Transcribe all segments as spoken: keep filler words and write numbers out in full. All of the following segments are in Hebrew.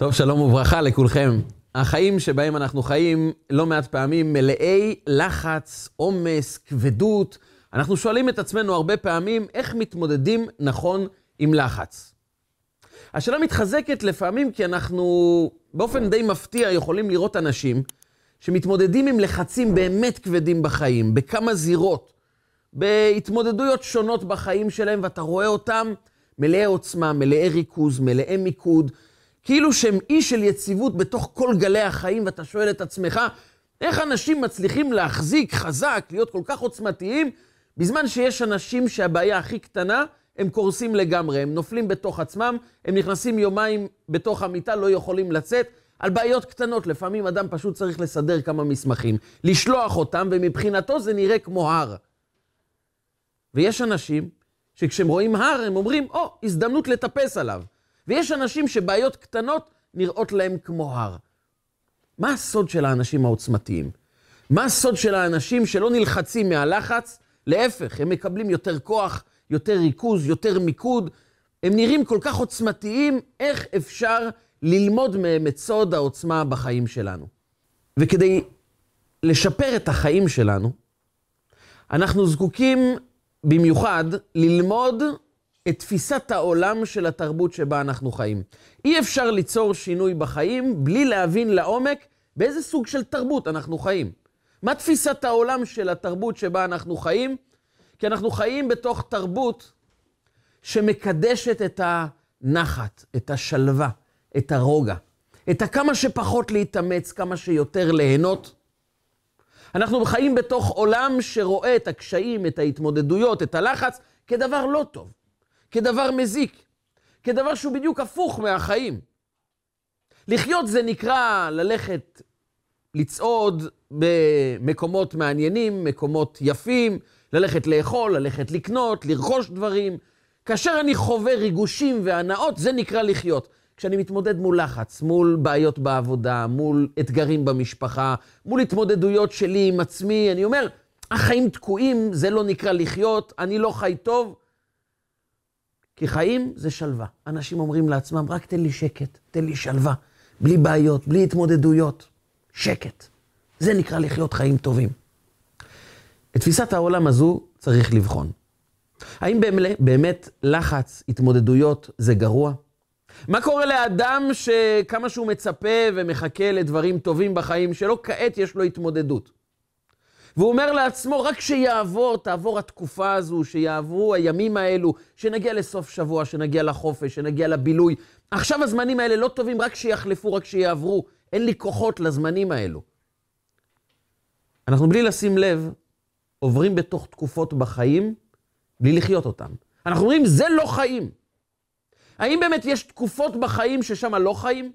טוב, שלום וברכה לכולכם. החיים שבהם אנחנו חיים לא מעט פעמים מלאי לחץ, עומס, כבדות. אנחנו שואלים את עצמנו הרבה פעמים איך מתמודדים נכון עם לחץ. השאלה מתחזקת לפעמים כי אנחנו באופן די מפתיע יכולים לראות אנשים שמתמודדים עם לחצים באמת כבדים בחיים, בכמה זירות, בהתמודדויות שונות בחיים שלהם, ואתה רואה אותם מלאי עוצמה, מלאי ריכוז, מלאי מיקוד, כאילו שהם אי של יציבות בתוך כל גלי החיים, ואתה שואל את עצמך, איך אנשים מצליחים להחזיק חזק, להיות כל כך עוצמתיים, בזמן שיש אנשים שהבעיה הכי קטנה, הם קורסים לגמרי, הם נופלים בתוך עצמם, הם נכנסים יומיים בתוך המיטה, לא יכולים לצאת, על בעיות קטנות. לפעמים אדם פשוט צריך לסדר כמה מסמכים, לשלוח אותם, ומבחינתו זה נראה כמו הר. ויש אנשים שכשהם רואים הר, הם אומרים, או, oh, הזדמנות לטפס עליו. ויש אנשים שבעיות קטנות נראות להם כמו הר. מה הסוד של האנשים העוצמתיים? מה הסוד של האנשים שלא נלחצים מהלחץ? להפך, הם מקבלים יותר כוח, יותר ריכוז, יותר מיקוד. הם נראים כל כך עוצמתיים, איך אפשר ללמוד מהם את סוד העוצמה בחיים שלנו? וכדי לשפר את החיים שלנו, אנחנו זקוקים במיוחד ללמוד את תפיסת העולם של התרבות שבה אנחנו חיים. אי אפשר ליצור שינוי בחיים בלי להבין לעומק באיזה סוג של תרבות אנחנו חיים. מה תפיסת העולם של התרבות שבה אנחנו חיים? כי אנחנו חיים בתוך תרבות שמקדשת את הנחת, את השלווה, את הרוגע, את הכמה שפחות להתאמץ, כמה שיותר ליהנות. אנחנו חיים בתוך עולם שרואה את הקשיים, את ההתמודדויות, את הלחץ, כדבר לא טוב. כדבר מזיק, כדבר שהוא בדיוק הפוך מהחיים. לחיות זה נקרא ללכת, לצעוד במקומות מעניינים, מקומות יפים, ללכת לאכול, ללכת לקנות, לרכוש דברים. כאשר אני חווה ריגושים והנאות, זה נקרא לחיות. כשאני מתמודד מול לחץ, מול בעיות בעבודה, מול אתגרים במשפחה, מול התמודדויות שלי עם עצמי, אני אומר, החיים תקועים, זה לא נקרא לחיות, אני לא חי טוב. כי חיים זה שלווה. אנשים אומרים לעצמם, רק תן לי שקט, תן לי שלווה, בלי בעיות, בלי התמודדויות, שקט. זה נקרא לחיות חיים טובים. את תפיסת העולם הזו צריך לבחון. האם באמת לחץ, התמודדויות, זה גרוע? מה קורה לאדם שכמה שהוא מצפה ומחכה לדברים טובים בחיים שלו, כעת יש לו התמודדות? והוא אומר לעצמו, רק שיעבור, תעבור התקופה הזו, שיעברו הימים האלו, שנגיע לסוף שבוע, שנגיע לחופש, שנגיע לבילוי. עכשיו הזמנים האלה לא טובים, רק שיחלפו, רק שיעברו. אין לי כוחות לזמנים האלו. אנחנו בלי לשים לב, עוברים בתוך תקופות בחיים, בלי לחיות אותם. אנחנו אומרים, זה לא חיים. האם באמת יש תקופות בחיים ששם לא חיים?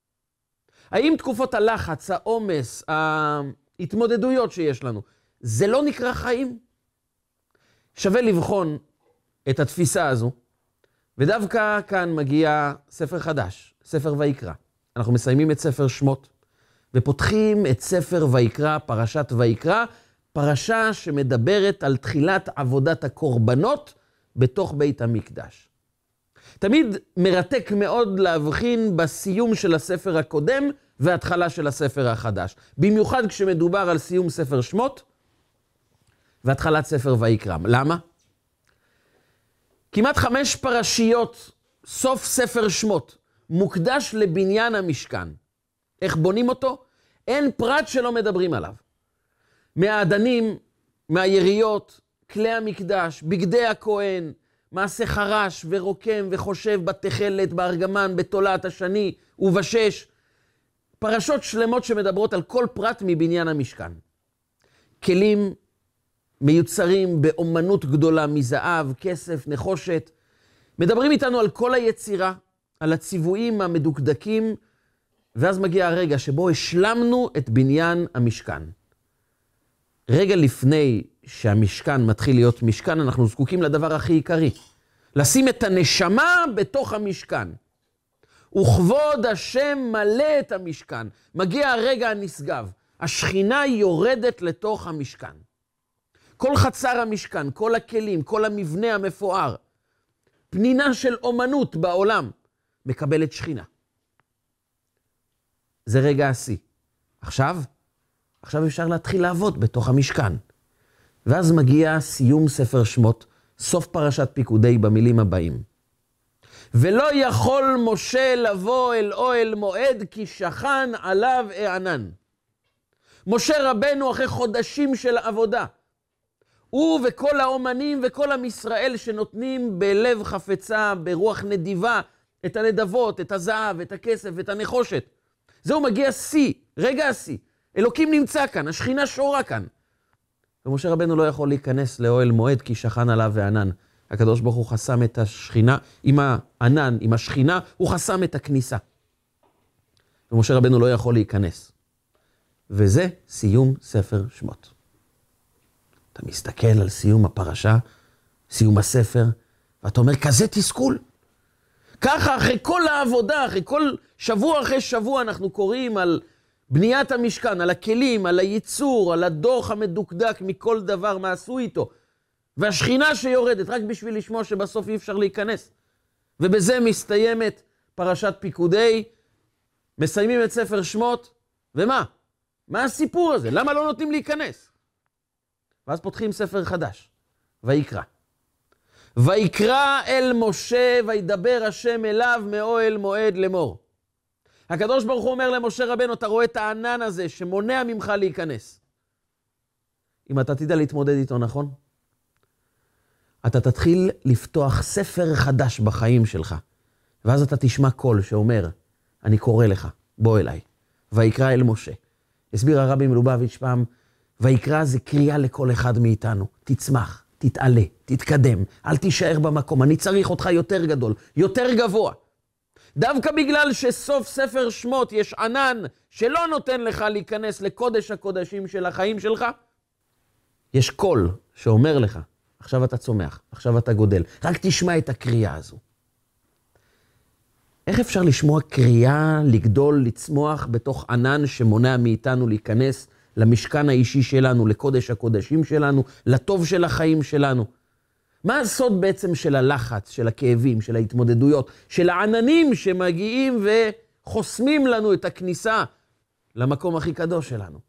האם תקופות הלחץ, העומס, ה... התמודדויות שיש לנו, זה לא נקרא חיים? שווה לבחון את התפיסה הזו, ודווקא כאן מגיע ספר חדש, ספר ויקרא. אנחנו מסיימים את ספר שמות, ופותחים את ספר ויקרא, פרשת ויקרא, פרשה שמדברת על תחילת עבודת הקורבנות בתוך בית המקדש. תמיד מרתק מאוד להבחין בסיום של הספר הקודם, וההתחלה של הספר החדש. במיוחד כשמדובר על סיום ספר שמות, והתחלת ספר ויקרא. למה? כמעט חמש פרשיות, סוף ספר שמות, מוקדש לבניין המשכן. איך בונים אותו? אין פרט שלא מדברים עליו. מהאדנים, מהיריות, כלי המקדש, בגדי הכהן, מעשה חרש ורוקם וחושב בתכלת, בארגמן, בתולעת השני ובשש, פרשות שלמות שמדברות על כל פרט מבניין המשכן. כלים מיוצרים באומנות גדולה, מזהב, כסף, נחושת. מדברים איתנו על כל היצירה, על הציוויים המדוקדקים, ואז מגיע הרגע שבו השלמנו את בניין המשכן. רגע לפני שהמשכן מתחיל להיות משכן, אנחנו זקוקים לדבר הכי עיקרי. לשים את הנשמה בתוך המשכן. וכבוד השם מלא את המשכן. מגיע הרגע הנשגב. השכינה יורדת לתוך המשכן. כל חצר המשכן, כל הכלים, כל המבנה המפואר, פנינה של אומנות בעולם, מקבלת שכינה. זה רגע השיא. עכשיו, עכשיו אפשר להתחיל לעבוד בתוך המשכן. ואז מגיע סיום ספר שמות, סוף פרשת פיקודי במילים הבאים. ולא יכול משה לבוא אל אוהל מועד, כי שכן עליו הענן. משה רבנו אחרי חודשים של עבודה, הוא וכל האומנים וכל עם ישראל שנותנים בלב חפצה, ברוח נדיבה, את הנדבות, את הזהב, את הכסף, את הנחושת. זהו מגיע שיא, רגע השיא. אלוקים נמצא כאן, השכינה שורה כאן. ומשה רבנו לא יכול להיכנס לאוהל מועד, כי שכן עליו הענן. הקדוש ברוך הוא חסם את השכינה, עם הענן, עם השכינה, הוא חסם את הכניסה. ומשה רבנו לא יכול להיכנס. וזה סיום ספר שמות. אתה מסתכל על סיום הפרשה, סיום הספר, ואתה אומר, כזה תסכול. ככה אחרי כל העבודה, אחרי כל שבוע אחרי שבוע, אנחנו קוראים על בניית המשכן, על הכלים, על הייצור, על הדוח המדוקדק מכל דבר, מה עשו איתו. והשכינה שיורדת, רק בשביל לשמוע שבסוף אי אפשר להיכנס. ובזה מסתיימת פרשת פיקודי, מסיימים את ספר שמות, ומה? מה הסיפור הזה? למה לא נותנים להיכנס? ואז פותחים ספר חדש, ויקרא. ויקרא אל משה, וידבר השם אליו מאוהל מועד לאמור. הקדוש ברוך הוא אומר למשה רבנו, אתה רואה את הענן הזה שמונע ממך להיכנס. אם אתה תדע להתמודד איתו נכון, אתה תתחיל לפתוח ספר חדש בחיים שלך, ואז אתה תשמע קול שאומר, אני קורא לך, בוא אליי. ויקרא אל משה. הסביר הרבי מלובביץ' פעם, ויקרא זה קריאה לכל אחד מאיתנו. תצמח, תתעלה, תתקדם, אל תישאר במקום. אני צריך אותך יותר גדול, יותר גבוה. דווקא בגלל שסוף ספר שמות יש ענן שלא נותן לך להיכנס לקודש הקודשים של החיים שלך, יש קול שאומר לך, עכשיו אתה צומח, עכשיו אתה גודל. רק תשמע את הקריאה הזו. איך אפשר לשמוע קריאה, לגדול, לצמוח בתוך ענן שמונע מאיתנו להיכנס למשכן האישי שלנו, לקודש הקודשים שלנו, לטוב של החיים שלנו? מה הסוד בעצם של הלחץ, של הכאבים, של ההתמודדויות, של העננים שמגיעים וחוסמים לנו את הכניסה למקום הכי קדוש שלנו?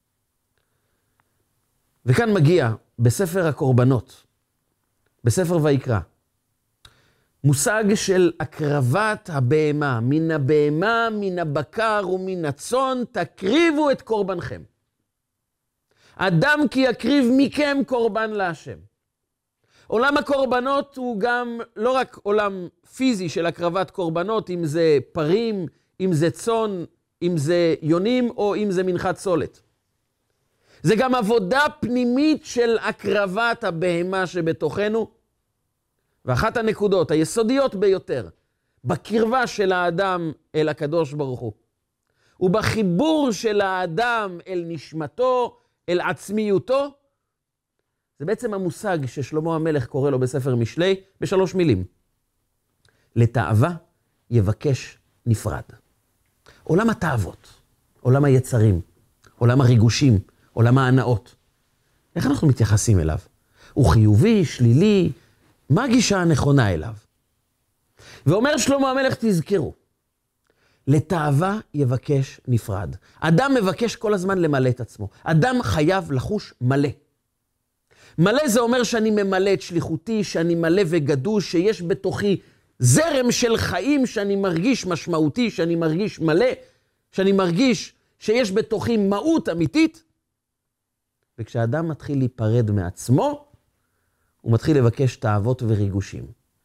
וכאן מגיע בספר הקורבנות, בספר ויקרא, מושג של הקרבת הבהמה, מן הבהמה, מן הבקר ומן הצאן, תקריבו את קורבנכם. אדם כי יקריב מכם קורבן להשם. עולם הקורבנות הוא גם לא רק עולם פיזי של הקרבת קורבנות, אם זה פרים, אם זה צאן, אם זה יונים או אם זה מנחת סולת. זה גם עבודה פנימית של הקרבת הבהמה שבתוכנו, ואחת הנקודות היסודיות ביותר בקרבה של האדם אל הקדוש ברוך הוא, ובחיבור של האדם אל נשמתו, אל עצמיותו, זה בעצם המושג ששלמה המלך קורא לו בספר משלי בשלוש מילים. לתאווה יבקש נפרד. עולם התאוות, עולם היצרים, עולם הריגושים, עולם ההנאות. איך אנחנו מתייחסים אליו? הוא חיובי, שלילי, מה הגישה הנכונה אליו? ואומר שלמה המלך, תזכרו, לתאווה יבקש נפרד. אדם מבקש כל הזמן למלא את עצמו. אדם חייב לחוש מלא. מלא זה אומר שאני ממלא את שליחותי, שאני מלא וגדוש, שיש בתוכי זרם של חיים שאני מרגיש משמעותי, שאני מרגיש מלא, שאני מרגיש שיש בתוכי מהות אמיתית. וכשאדם מתחיל להיפרד מעצמו, הוא מתחיל לבקש תאוות וריגושים.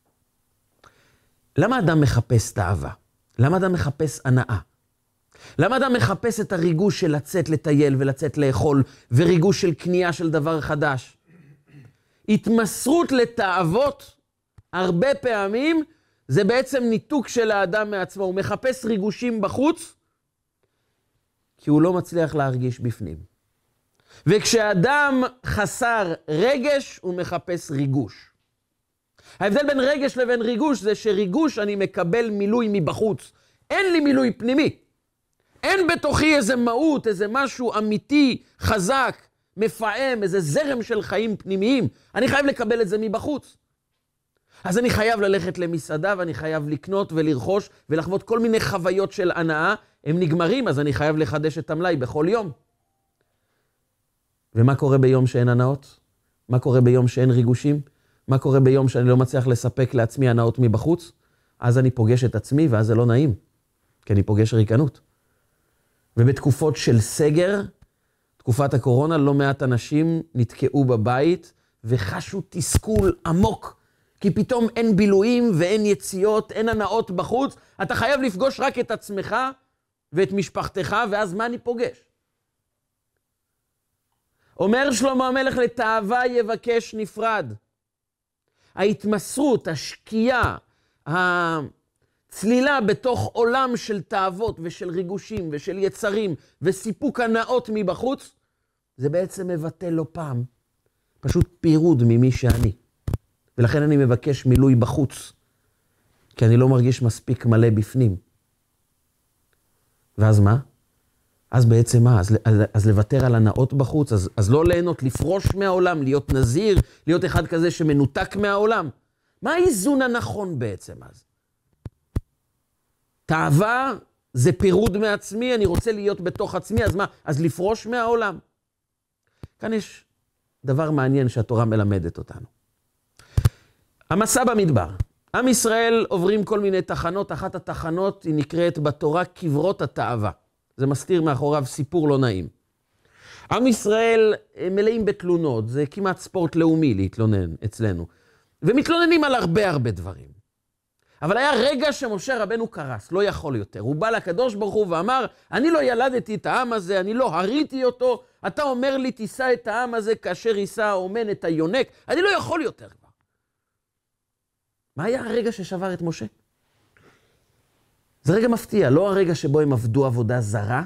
למה אדם מחפש תאווה? למה אדם מחפש הנאה? למה אדם מחפש את הריגוש של לצאת לטייל ולצאת לאכול, וריגוש של קנייה של דבר חדש? התמסרות לתאוות, הרבה פעמים, זה בעצם ניתוק של האדם מעצמו. הוא מחפש ריגושים בחוץ, כי הוא לא מצליח להרגיש בפנים. וכשאדם חסר רגש, הוא מחפש ריגוש. ההבדל בין רגש לבין ריגוש זה שריגוש אני מקבל מילוי מבחוץ. אין לי מילוי פנימי. אין בתוכי איזה מהות, איזה משהו אמיתי, חזק, מפעם, איזה זרם של חיים פנימיים. אני חייב לקבל את זה מבחוץ. אז אני חייב ללכת למסעדה, ואני חייב לקנות ולרכוש ולחוות כל מיני חוויות של הנאה, הם נגמרים, אז אני חייב לחדש את המלאי בכל יום. ומה קורה ביום שאין הנאות? מה קורה ביום שאין ריגושים? מה קורה ביום שאני לא מצליח לספק לעצמי הנאות מבחוץ? אז אני פוגש את עצמי, ואז זה לא נעים, כי אני פוגש ריקנות. ובתקופות של סגר, תקופת הקורונה, לא מעט אנשים נתקעו בבית, וחשו תסכול עמוק, כי פתאום אין בילויים ואין יציאות, אין הנאות בחוץ, אתה חייב לפגוש רק את עצמך ואת משפחתך, ואז מה אני פוגש? אומר שלמה המלך, לתאווה יבקש נפרד. ההתמסרות, השקיעה, הצלילה בתוך עולם של תאוות ושל ריגושים ושל יצרים וסיפוק הנאות מבחוץ, זה בעצם מבטא לא פעם, פשוט פירוד ממי שאני. ולכן אני מבקש מילוי בחוץ, כי אני לא מרגיש מספיק מלא בפנים. ואז מה? אז בעצם מה? אז, אז, אז לוותר על הנאות בחוץ, אז, אז לא ליהנות, לפרוש מהעולם, להיות נזיר, להיות אחד כזה שמנותק מהעולם. מה האיזון הנכון בעצם אז? תאווה זה פירוד מעצמי, אני רוצה להיות בתוך עצמי, אז מה? אז לפרוש מהעולם. כאן יש דבר מעניין שהתורה מלמדת אותנו. המסע במדבר. עם ישראל עוברים כל מיני תחנות, אחת התחנות היא נקראת בתורה קברות התאווה. זה מסתיר מאחוריו סיפור לא נעים. עם ישראל מלאים בתלונות, זה כמעט ספורט לאומי להתלונן אצלנו. ומתלוננים על הרבה הרבה דברים. אבל היה רגע שמשה רבנו קרס, לא יכול יותר. הוא בא לקדוש ברוך הוא ואמר, אני לא ילדתי את העם הזה, אני לא הריתי אותו, אתה אומר לי תישא את העם הזה כאשר יישא האומן את היונק, אני לא יכול יותר כבר. מה היה הרגע ששבר את משה? זה רגע מפתיע, לא הרגע שבו הם עבדו עבודה זרה,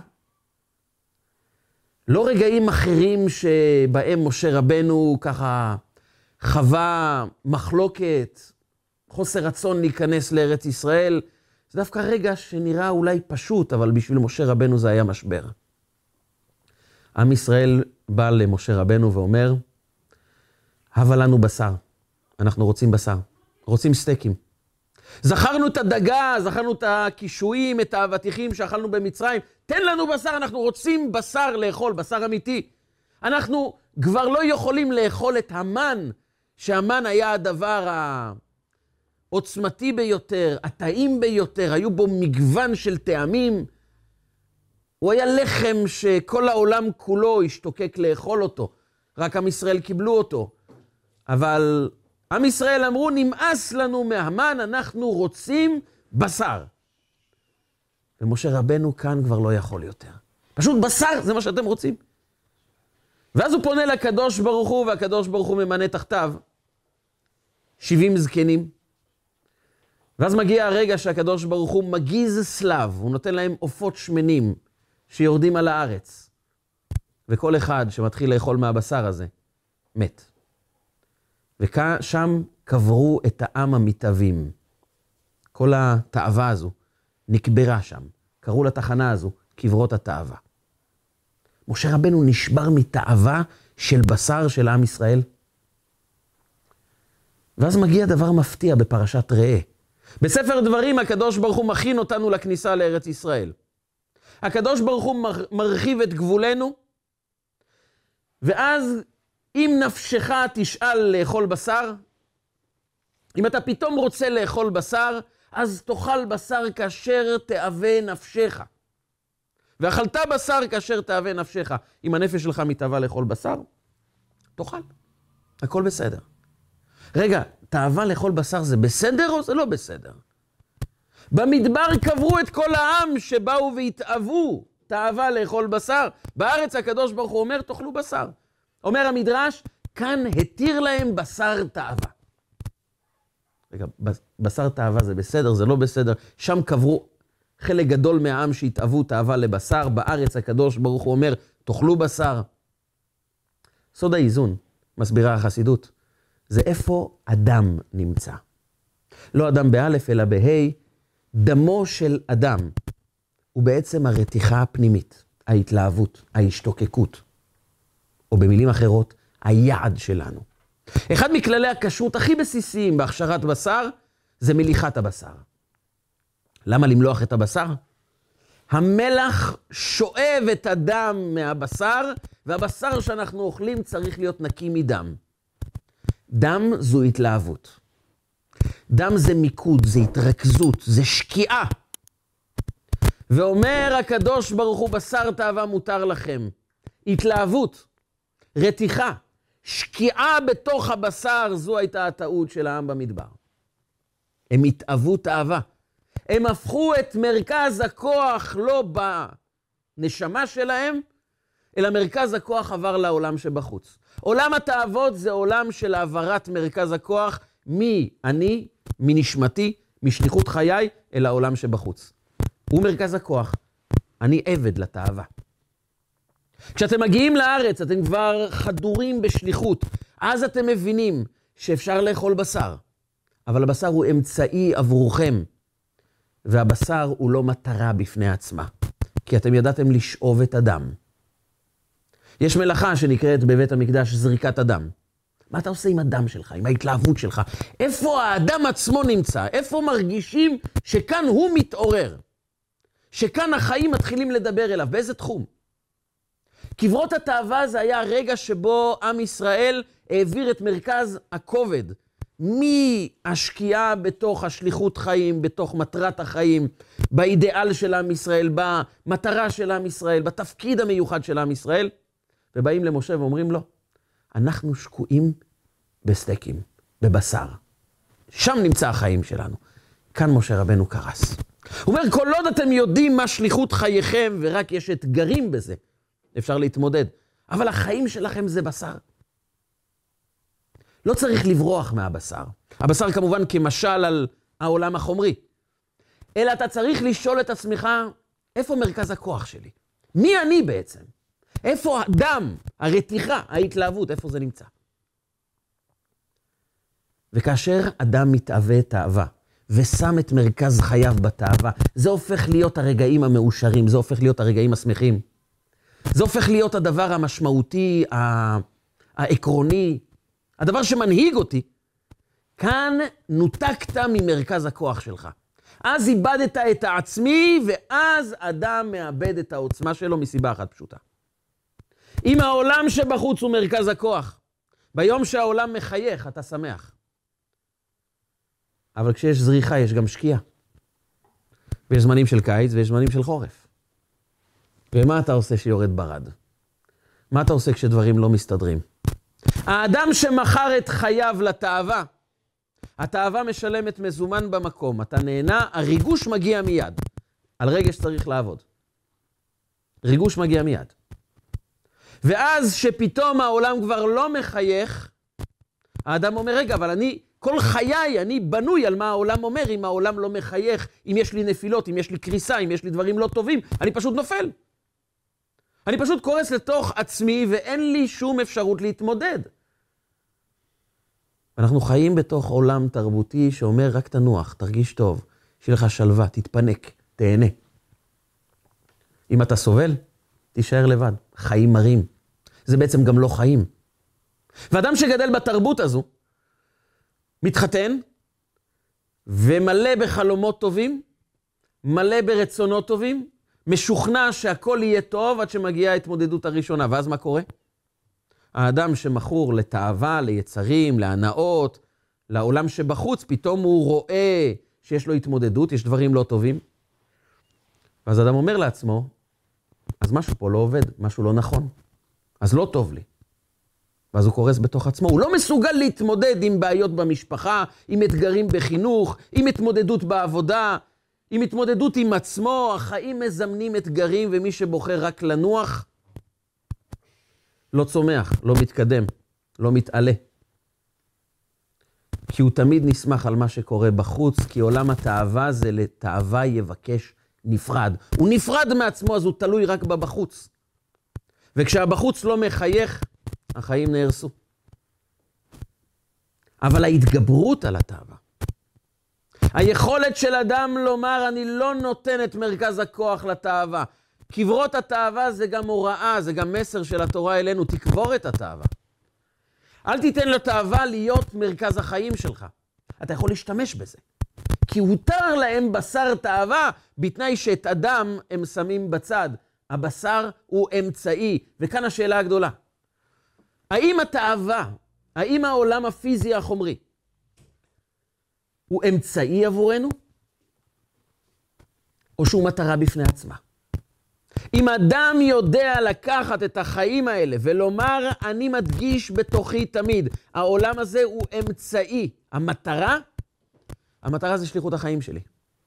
לא רגעים אחרים שבהם משה רבנו ככה חווה מחלוקת, חוסר רצון להיכנס לארץ ישראל, זה דווקא רגע שנראה אולי פשוט, אבל בשביל משה רבנו זה היה משבר. עם ישראל בא למשה רבנו ואומר, הבה לנו בשר, אנחנו רוצים בשר, רוצים סטייקים. זכרנו את הדגה, זכרנו את הקישואים, את האבטיחים שאכלנו במצרים, תן לנו בשר, אנחנו רוצים בשר לאכול, בשר אמיתי. אנחנו כבר לא יכולים לאכול את המן, שהמן היה הדבר העוצמתי ביותר, הטעים ביותר, היו בו מגוון של טעמים. הוא היה לחם שכל העולם כולו השתוקק לאכול אותו, רק עם ישראל קיבלו אותו. אבל עם ישראל אמרו, נמאס לנו מהמן, אנחנו רוצים בשר. ומשה רבנו כאן כבר לא יכול יותר. פשוט בשר, זה מה שאתם רוצים. ואז הוא פונה לקדוש ברוך הוא, והקדוש ברוך הוא ממנה תחתיו שבעים זקנים. ואז מגיע הרגע שהקדוש ברוך הוא מגיז סלב, הוא נותן להם עופות שמנים שיורדים על הארץ. וכל אחד שמתחיל לאכול מהבשר הזה, מת. ושם קברו את העם המתאבים. כל התאווה הזו נקברה שם. קראו לתחנה הזו קברות התאווה. משה רבנו נשבר מתאווה של בשר של עם ישראל. ואז מגיע דבר מפתיע בפרשת ראה. בספר דברים הקדוש ברוך הוא מכין אותנו לכניסה לארץ ישראל. הקדוש ברוך הוא מרחיב את גבולנו, ואז אם נפשך תשאל לאכול בשר, אם אתה פתאום רוצה לאכול בשר, אז תאכל בשר כאשר תאווה נפשך. ואכלת בשר כאשר תאווה נפשך. אם הנפש שלך מתאווה לאכול בשר, תאכל. הכל בסדר. רגע, תאווה לאכול בשר זה בסדר או זה לא בסדר? במדבר קברו את כל העם שבאו והתאוו תאווה לאכול בשר. בארץ הקדוש ברוך הוא אומר, תאכלו בשר. אומר המדרש, כאן התיר להם בשר תאווה. רגע, בשר תאווה זה בסדר, זה לא בסדר. שם קברו חלק גדול מהעם שהתאוו תאווה לבשר. בארץ הקדוש ברוך הוא אומר, תאכלו בשר. סוד האיזון, מסבירה החסידות, זה איפה אדם נמצא. לא אדם באלף אלא בהי, דמו של אדם הוא בעצם הרתיחה הפנימית, ההתלהבות, ההשתוקקות. או במילים אחרות, היעד שלנו. אחד מכללי הכשרות הכי בסיסיים בהכשרת בשר, זה מליחת הבשר. למה למלוח את הבשר? המלח שואב את הדם מהבשר, והבשר שאנחנו אוכלים צריך להיות נקי מדם. דם זו התלהבות. דם זה מיקוד, זה התרכזות, זה שקיעה. ואומר הקדוש ברוך הוא, בשר תאווה מותר לכם. התלהבות, רתיחה, שקיעה בתוך הבשר, זו הייתה הטעות של העם במדבר. הם התאהבו תאווה. הם הפכו את מרכז הכוח לא בנשמה שלהם, אלא מרכז הכוח עבר לעולם שבחוץ. עולם התאוות זה עולם של העברת מרכז הכוח מאני, מנשמתי, משליחות חיי, אל העולם שבחוץ. הוא מרכז הכוח. אני עבד לתאווה. כשאתם מגיעים לארץ, אתם כבר חדורים בשליחות. אז אתם מבינים שאפשר לאכול בשר. אבל הבשר הוא אמצעי עבורכם. והבשר הוא לא מטרה בפני עצמה. כי אתם ידעתם לשאוב את הדם. יש מלאכה שנקראת בבית המקדש זריקת הדם. מה אתה עושה עם הדם שלך, עם ההתלהבות שלך? איפה האדם עצמו נמצא? איפה מרגישים שכאן הוא מתעורר? שכאן החיים מתחילים לדבר אליו. באיזה תחום? קברות התאווה זה היה הרגע שבו עם ישראל העביר את מרכז הכובד. מהשקיעה בתוך השליחות חיים, בתוך מטרת החיים, באידיאל של עם ישראל, במטרה של עם ישראל, בתפקיד המיוחד של עם ישראל, ובאים למשה ואומרים לו, אנחנו שקועים בסטייקים, בבשר. שם נמצא החיים שלנו. כאן משה רבנו קרס. הוא אומר, כל עוד אתם יודעים מה שליחות חייכם, ורק יש אתגרים בזה, אפשר להתמודד. אבל החיים שלכם זה בשר. לא צריך לברוח מהבשר. הבשר כמובן כמשל על העולם החומרי. אלא אתה צריך לשאול את עצמך, איפה מרכז הכוח שלי? מי אני בעצם? איפה הדם, הרתיחה, ההתלהבות, איפה זה נמצא? וכאשר אדם מתאווה תאווה, ושם את מרכז חייו בתאווה, זה הופך להיות הרגעים המאושרים, זה הופך להיות הרגעים השמחים. זה הופך להיות הדבר המשמעותי, העקרוני, הדבר שמנהיג אותי. כאן נותקת ממרכז הכוח שלך. אז איבדת את העצמי, ואז אדם מאבד את העוצמה שלו מסיבה אחת פשוטה. אם העולם שבחוץ הוא מרכז הכוח, ביום שהעולם מחייך, אתה שמח. אבל כשיש זריחה, יש גם שקיעה. ויש זמנים של קיץ ויש זמנים של חורף. ומה אתה עושה שיורד ברד? מה אתה עושה כשדברים לא מסתדרים? האדם שמכר את חייו לתאווה, התאווה משלמת מזומן במקום, אתה נהנה, הריגוש מגיע מיד. על רגש צריך לעבוד. ריגוש מגיע מיד. ואז שפתאום העולם כבר לא מחייך, האדם אומר, רגע, אבל אני, כל חיי, אני בנוי על מה העולם אומר, אם העולם לא מחייך, אם יש לי נפילות, אם יש לי קריסה, אם יש לי דברים לא טובים, אני פשוט נופל. אני פשוט קורס לתוך עצמי, ואין לי שום אפשרות להתמודד. אנחנו חיים בתוך עולם תרבותי שאומר, רק תנוח, תרגיש טוב, שיהיה לך שלווה, תתפנק, תהנה. אם אתה סובל, תישאר לבד. חיים מרים. זה בעצם גם לא חיים. ואדם שגדל בתרבות הזו, מתחתן, ומלא בחלומות טובים, מלא ברצונות טובים, משוכנע שהכל יהיה טוב עד שמגיעה ההתמודדות הראשונה. ואז מה קורה? האדם שמכור לתאווה, ליצרים, להנאות, לעולם שבחוץ, פתאום הוא רואה שיש לו התמודדות, יש דברים לא טובים. ואז האדם אומר לעצמו, אז משהו פה לא עובד, משהו לא נכון. אז לא טוב לי. ואז הוא קורס בתוך עצמו. הוא לא מסוגל להתמודד עם בעיות במשפחה, עם אתגרים בחינוך, עם התמודדות בעבודה, עם התמודדות עם עצמו. החיים מזמנים אתגרים, ומי שבוחר רק לנוח, לא צומח, לא מתקדם, לא מתעלה. כי הוא תמיד נשמח על מה שקורה בחוץ, כי עולם התאווה זה לתאווה יבקש נפרד. הוא נפרד מעצמו, אז הוא תלוי רק בבחוץ. וכשהבחוץ לא מחייך, החיים נהרסו. אבל ההתגברות על התאווה, היכולת של אדם לומר, אני לא נותן את מרכז הכוח לתאווה. קברות התאווה זה גם הוראה, זה גם מסר של התורה אלינו, תקבור את התאווה. אל תיתן לתאווה להיות מרכז החיים שלך. אתה יכול להשתמש בזה. כי הותר להם בשר תאווה, בתנאי שאת אדם הם שמים בצד. הבשר הוא אמצעי, וכאן השאלה הגדולה. האם התאווה, האם העולם הפיזי החומרי, הוא אמצעי עבורנו? או שהוא מטרה בפני עצמה? אם אדם יודע לקחת את החיים האלה ולומר, אני מדגיש בתוכי תמיד, העולם הזה הוא אמצעי. המטרה, המטרה זה שליחות החיים שלי.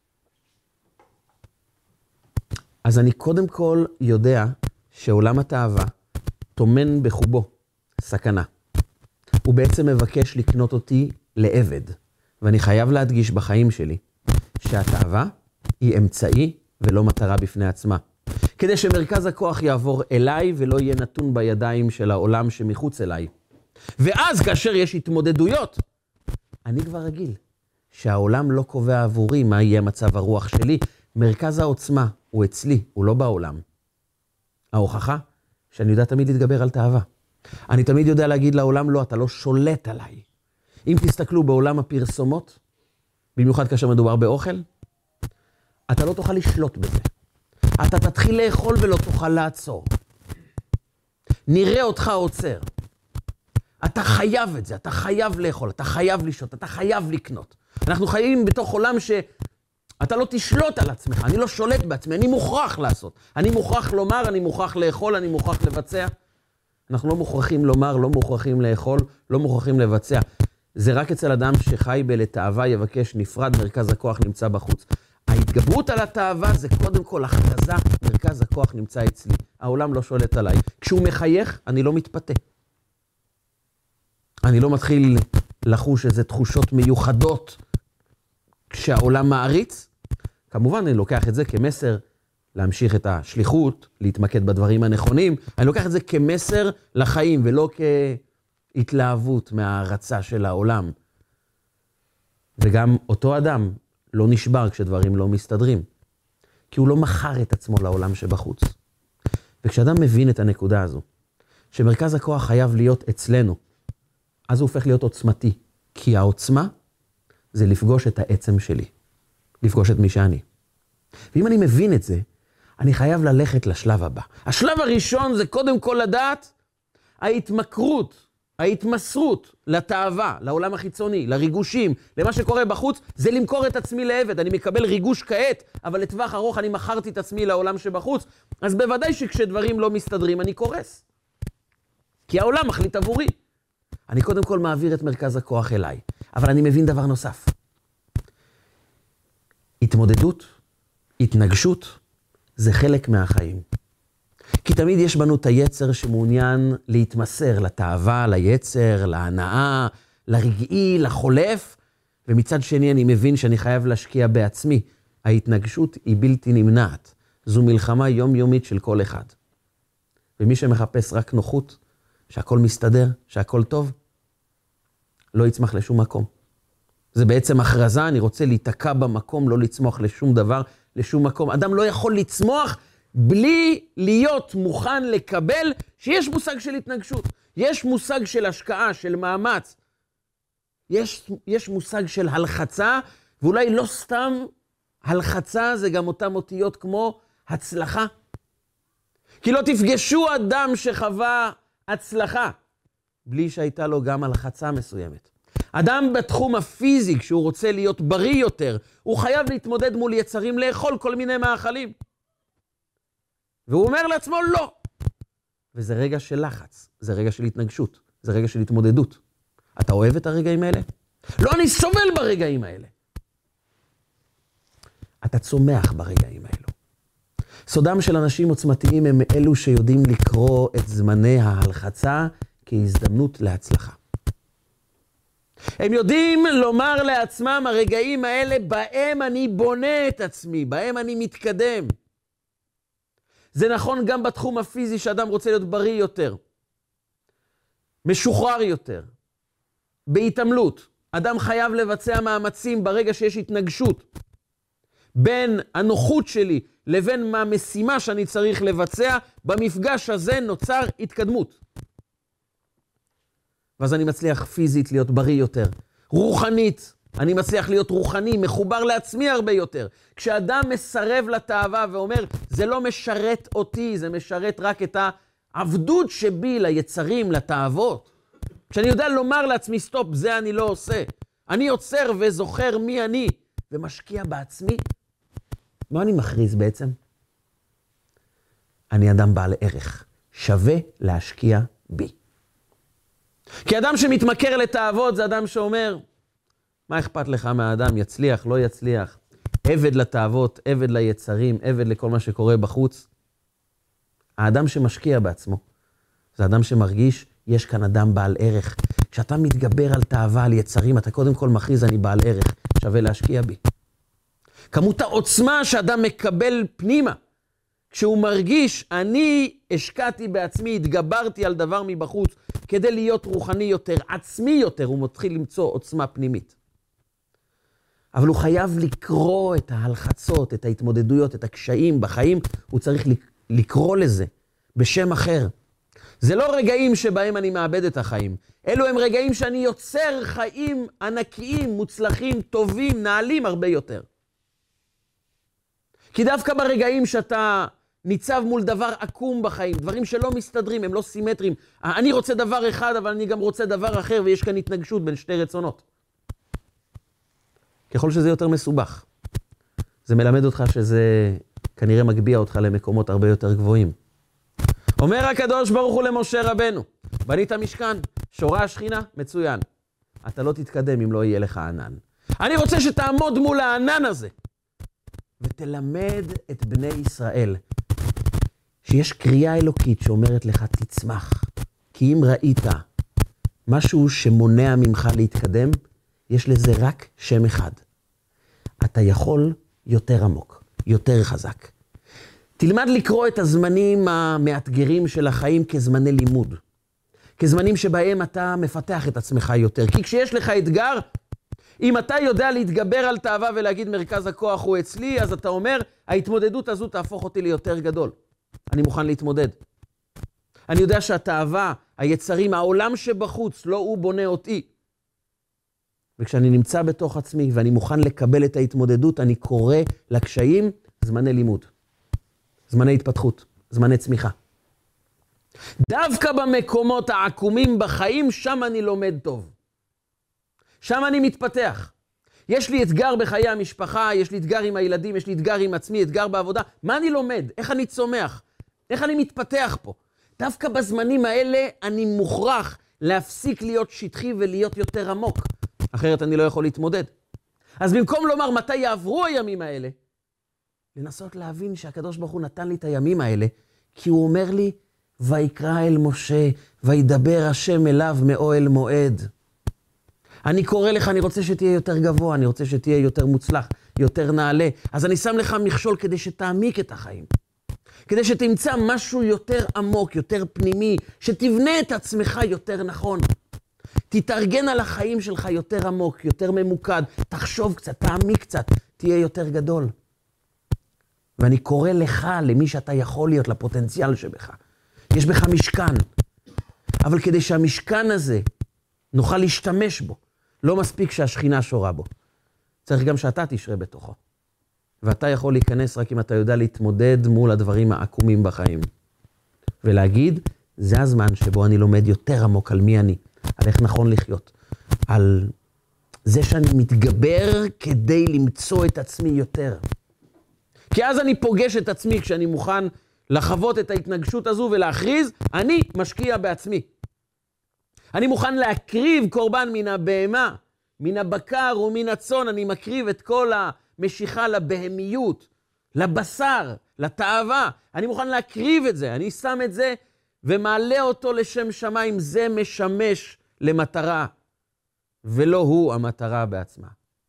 אז אני קודם כל יודע שעולם התאווה טומן בחובו סכנה. הוא בעצם מבקש לקנות אותי לעבד. ואני חייב להדגיש בחיים שלי שהתאווה היא אמצעי ולא מטרה בפני עצמה. כדי שמרכז הכוח יעבור אליי ולא יהיה נתון בידיים של העולם שמחוץ אליי. ואז כאשר יש התמודדויות, אני כבר רגיל שהעולם לא קובע עבורי מה יהיה מצב הרוח שלי. מרכז העוצמה הוא אצלי, הוא לא בעולם. ההוכחה שאני יודע תמיד להתגבר על תאווה. אני תמיד יודע להגיד לעולם, לא, אתה לא שולט עליי. אם תסתכלו בעולם הפרסומות, במיוחד כאשר מדובר באוכל, אתה לא תוכל לשלוט בזה. אתה תתחיל לאכול ולא תוכל לעצור. נראה אותך עוצר. אתה חייב את זה, אתה חייב לאכול, אתה חייב לשתות, אתה חייב לקנות. אנחנו חיים בתוך עולם שאתה לא תשלוט על עצמך, אני לא שולט בעצמי, אני מוכרח לעשות. אני מוכרח לומר, אני מוכרח לאכול, אני מוכרח לבצע. אנחנו לא מוכרחים לומר, לא מוכרחים לאכול, לא מוכרחים לבצע. זה רק אצל אדם שחי בלתאווה יבקש נפרד, מרכז הכוח נמצא בחוץ. ההתגברות על התאווה זה קודם כל הכרזה, מרכז הכוח נמצא אצלי. העולם לא שולט עליי. כשהוא מחייך, אני לא מתפתה. אני לא מתחיל לחוש איזה תחושות מיוחדות כשהעולם מעריץ. כמובן, אני לוקח את זה כמסר להמשיך את השליחות, להתמקד בדברים הנכונים. אני לוקח את זה כמסר לחיים ולא כהתלהבות מההרצה של העולם. וגם אותו אדם לא נשבר כשדברים לא מסתדרים. כי הוא לא מכר את עצמו לעולם שבחוץ. וכשאדם מבין את הנקודה הזו, שמרכז הכוח חייב להיות אצלנו, אז הוא הופך להיות עוצמתי. כי העוצמה זה לפגוש את העצם שלי. לפגוש את מי שאני. ואם אני מבין את זה, אני חייב ללכת לשלב הבא. השלב הראשון זה קודם כל לדעת ההתמכרות, ההתמסרות לתאווה, לעולם החיצוני, לריגושים, למה שקורה בחוץ, זה למכור את עצמי לעבד. אני מקבל ריגוש כעת, אבל לטווח ארוך אני מכרתי את עצמי לעולם שבחוץ, אז בוודאי שכשדברים לא מסתדרים אני קורס. כי העולם מחליט עבורי. אני קודם כל מעביר את מרכז הכוח אליי, אבל אני מבין דבר נוסף. התמודדות, התנגשות, זה חלק מהחיים. כי תמיד יש בנו את היצר שמעוניין להתמסר לתאווה, ליצר, להנאה, לרגעי, לחולף, ומצד שני אני מבין שאני חייב להשקיע בעצמי. ההתנגשות היא בלתי נמנעת. זו מלחמה יומיומית של כל אחד. ומי שמחפש רק נוחות, שהכל מסתדר, שהכל טוב, לא יצמח לשום מקום. זה בעצם הכרזה, אני רוצה להתעקע במקום, לא לצמוח לשום דבר, לשום מקום. אדם לא יכול לצמוח בלי להיות מוכן לקבל שיש מושג של התנגשות. יש מושג של השקעה, של מאמץ. יש, יש מושג של הלחצה, ואולי לא סתם הלחצה, זה גם אותם אותיות כמו הצלחה. כי לא תפגשו אדם שחווה הצלחה, בלי שהייתה לו גם הלחצה מסוימת. אדם בתחום הפיזי, כשהוא רוצה להיות בריא יותר, הוא חייב להתמודד מול יצרים לאכול כל מיני מאכלים. והוא אומר לעצמו לא. וזה רגע של לחץ, זה רגע של התנגשות, זה רגע של התמודדות. אתה אוהב את הרגעים האלה? לא, אני סובל ברגעים האלה. אתה צומח ברגעים האלו. סודם של אנשים עוצמתיים הם אלו שיודעים לקרוא את זמני ההלחצה כהזדמנות להצלחה. הם יודעים לומר לעצמם, הרגעים האלה בהם אני בונה את עצמי, בהם אני מתקדם. זה נכון גם בתחום הפיזי שאדם רוצה להיות בריא יותר, משוחרר יותר, בהתעמלות. אדם חייב לבצע מאמצים ברגע שיש התנגשות בין הנוחות שלי לבין המשימה שאני צריך לבצע. במפגש הזה נוצר התקדמות. ואז אני מצליח פיזית להיות בריא יותר, רוחנית אני מצליח להיות רוחני, מחובר לעצמי הרבה יותר. כשאדם מסרב לתאווה ואומר, זה לא משרת אותי, זה משרת רק את העבדות שבי ליצרים, לתאוות. כשאני יודע לומר לעצמי, סטופ, זה אני לא עושה. אני עוצר וזוכר מי אני, ומשקיע בעצמי. מה אני מכריז בעצם? אני אדם בעל ערך, שווה להשקיע בי. כי אדם שמתמכר לתאוות זה אדם שאומר, מה אכפת לך מהאדם, יצליח, לא יצליח, עבד לתאוות, עבד ליצרים, עבד לכל מה שקורה בחוץ. האדם שמשקיע בעצמו, זה אדם שמרגיש, יש כאן אדם בעל ערך. כשאתה מתגבר על תאווה, על יצרים, אתה קודם כל מכריז, אני בעל ערך, שווה להשקיע בי. כמות העוצמה שאדם מקבל פנימה, כשהוא מרגיש, אני השקעתי בעצמי, התגברתי על דבר מבחוץ, כדי להיות רוחני יותר, עצמי יותר, הוא מתחיל למצוא עוצמה פנימית. אבל הוא חייב לקרוא את ההלחצות, את ההתמודדויות, את הקשיים בחיים, הוא צריך לקרוא לזה בשם אחר. זה לא רגעים שבהם אני מאבד את החיים, אלו הם רגעים שאני יוצר חיים ענקיים, מוצלחים, טובים, נעלים הרבה יותר. כי דווקא ברגעים שאתה ניצב מול דבר עקום בחיים, דברים שלא מסתדרים, הם לא סימטריים. אני רוצה דבר אחד, אבל אני גם רוצה דבר אחר, ויש כאן התנגשות בין שתי רצונות. ככל שזה יותר מסובך, זה מלמד אותך שזה כנראה מגביע אותך למקומות הרבה יותר גבוהים. אומר הקדוש ברוך הוא למשה רבנו, בנית משכן, שורה השכינה, מצוין. אתה לא תתקדם אם לא יהיה לך ענן. אני רוצה שתעמוד מול הענן הזה, ותלמד את בני ישראל, שיש קריאה אלוקית שאומרת לך תצמח, כי אם ראית משהו שמונע ממך להתקדם, יש לזה רק שם אחד. אתה יכול יותר עמוק, יותר חזק. תלמד לקרוא את הזמנים המאתגרים של החיים כזמני לימוד. כזמנים שבהם אתה מפתח את עצמך יותר. כי כשיש לך אתגר, אם אתה יודע להתגבר על תאווה ולהגיד מרכז הכוח הוא אצלי, אז אתה אומר, ההתמודדות הזו תהפוך אותי ליותר גדול. אני מוכן להתמודד. אני יודע שהתאווה, היצרים, העולם שבחוץ, לא הוא בונה אותי. וכשאני נמצא בתוך עצמי ואני מוכן לקבל את ההתמודדות, אני קורא לקשיים זמני לימוד, זמני התפתחות, זמני צמיחה. דווקא במקומות העקומים בחיים, שם אני לומד טוב. שם אני מתפתח. יש לי אתגר בחיי המשפחה, יש לי אתגר עם הילדים, יש לי אתגר עם עצמי, אתגר בעבודה. מה אני לומד? איך אני צומח? איך אני מתפתח פה? דווקא בזמנים האלה אני מוכרח להפסיק להיות שטחי ולהיות יותר עמוק. אחרת אני לא יכול להתמודד. אז במקום לומר מתי יעברו הימים האלה, לנסות להבין שהקדוש ברוך הוא נתן לי את הימים האלה, כי הוא אומר לי, ויקרא אל משה, וידבר השם אליו מאוהל מועד. אני קורא לך, אני רוצה שתהיה יותר גבוה, אני רוצה שתהיה יותר מוצלח, יותר נעלה. אז אני שם לך מכשול כדי שתעמיק את החיים. כדי שתמצא משהו יותר עמוק, יותר פנימי, שתבנה את עצמך יותר נכון. תתארגן על החיים שלך יותר עמוק, יותר ממוקד, תחשוב קצת, תעמיק קצת, תהיה יותר גדול. ואני קורא לך, למי שאתה יכול להיות, לפוטנציאל שבך. יש בך משכן, אבל כדי שהמשכן הזה נוכל להשתמש בו, לא מספיק שהשכינה שורה בו. צריך גם שאתה תשרה בתוכו. ואתה יכול להיכנס רק אם אתה יודע להתמודד מול הדברים העקומים בחיים. ולהגיד, זה הזמן שבו אני לומד יותר עמוק על מי אני, על איך נכון לחיות, על זה שאני מתגבר כדי למצוא את עצמי יותר. כי אז אני פוגש את עצמי כשאני מוכן לחוות את ההתנגשות הזו ולהכריז, אני משקיע בעצמי. אני מוכן להקריב קורבן מן הבהמה, מן הבקר ומן הצאן, אני מקריב את כל המשיכה לבהמיות, לבשר, לתאווה. אני מוכן להקריב את זה, אני שם את זה ומעלה אותו לשם שמיים, זה משמש למטרה, ולא הוא המטרה בעצמה.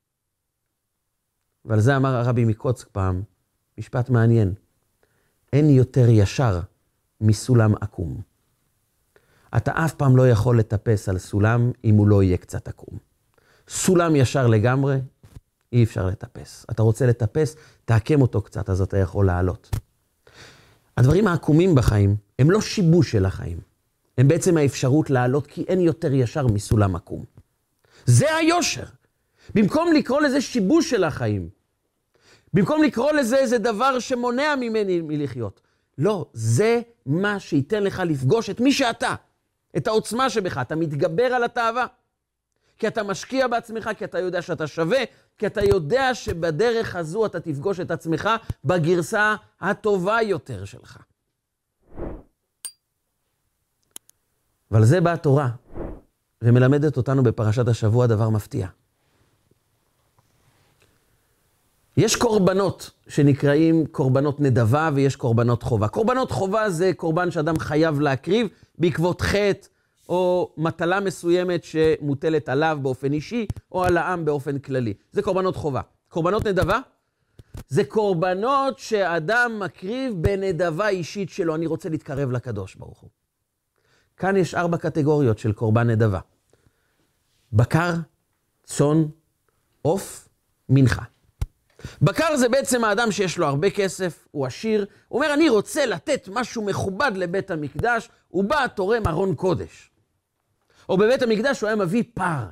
ועל זה אמר הרבי מקוצק פעם, משפט מעניין, אין יותר ישר מסולם עקום. אתה אף פעם לא יכול לטפס על סולם אם הוא לא יהיה קצת עקום. סולם ישר לגמרי, אי אפשר לטפס. אתה רוצה לטפס, תעקם אותו קצת, אז אתה יכול לעלות. הדברים העקומים בחיים הם לא שיבוש של החיים. הם בעצם האפשרות לעלות, כי אין יותר ישר מסולם עקום. זה היושר. במקום לקרוא לזה שיבוש של החיים, במקום לקרוא לזה איזה דבר שמונע ממני מלחיות. לא, זה מה שייתן לך לפגוש את מי שאתה, את העוצמה שבך. אתה מתגבר על התאווה, כי אתה משקיע בעצמך, כי אתה יודע שאתה שווה, כי אתה יודע שבדרך הזו אתה תפגוש את עצמך בגרסה הטובה יותר שלך. אבל זה באה התורה, ומלמדת אותנו בפרשת השבוע דבר מפתיע. יש קורבנות שנקראים קורבנות נדבה ויש קורבנות חובה. קורבנות חובה זה קורבן שאדם חייב להקריב בעקבות חטא או מטלה מסוימת שמוטלת עליו באופן אישי או על העם באופן כללי. זה קורבנות חובה. קורבנות נדבה זה קורבנות שאדם מקריב בנדבה אישית שלו. אני רוצה להתקרב לקדוש ברוך הוא. כאן יש ארבע קטגוריות של קורבן נדבה. בקר, צאן, עוף, מנחה. בקר זה בעצם האדם שיש לו הרבה כסף, הוא עשיר, הוא אומר אני רוצה לתת משהו מכובד לבית המקדש, הוא בא תורם ארון קודש. או בבית המקדש הוא היה מביא פר.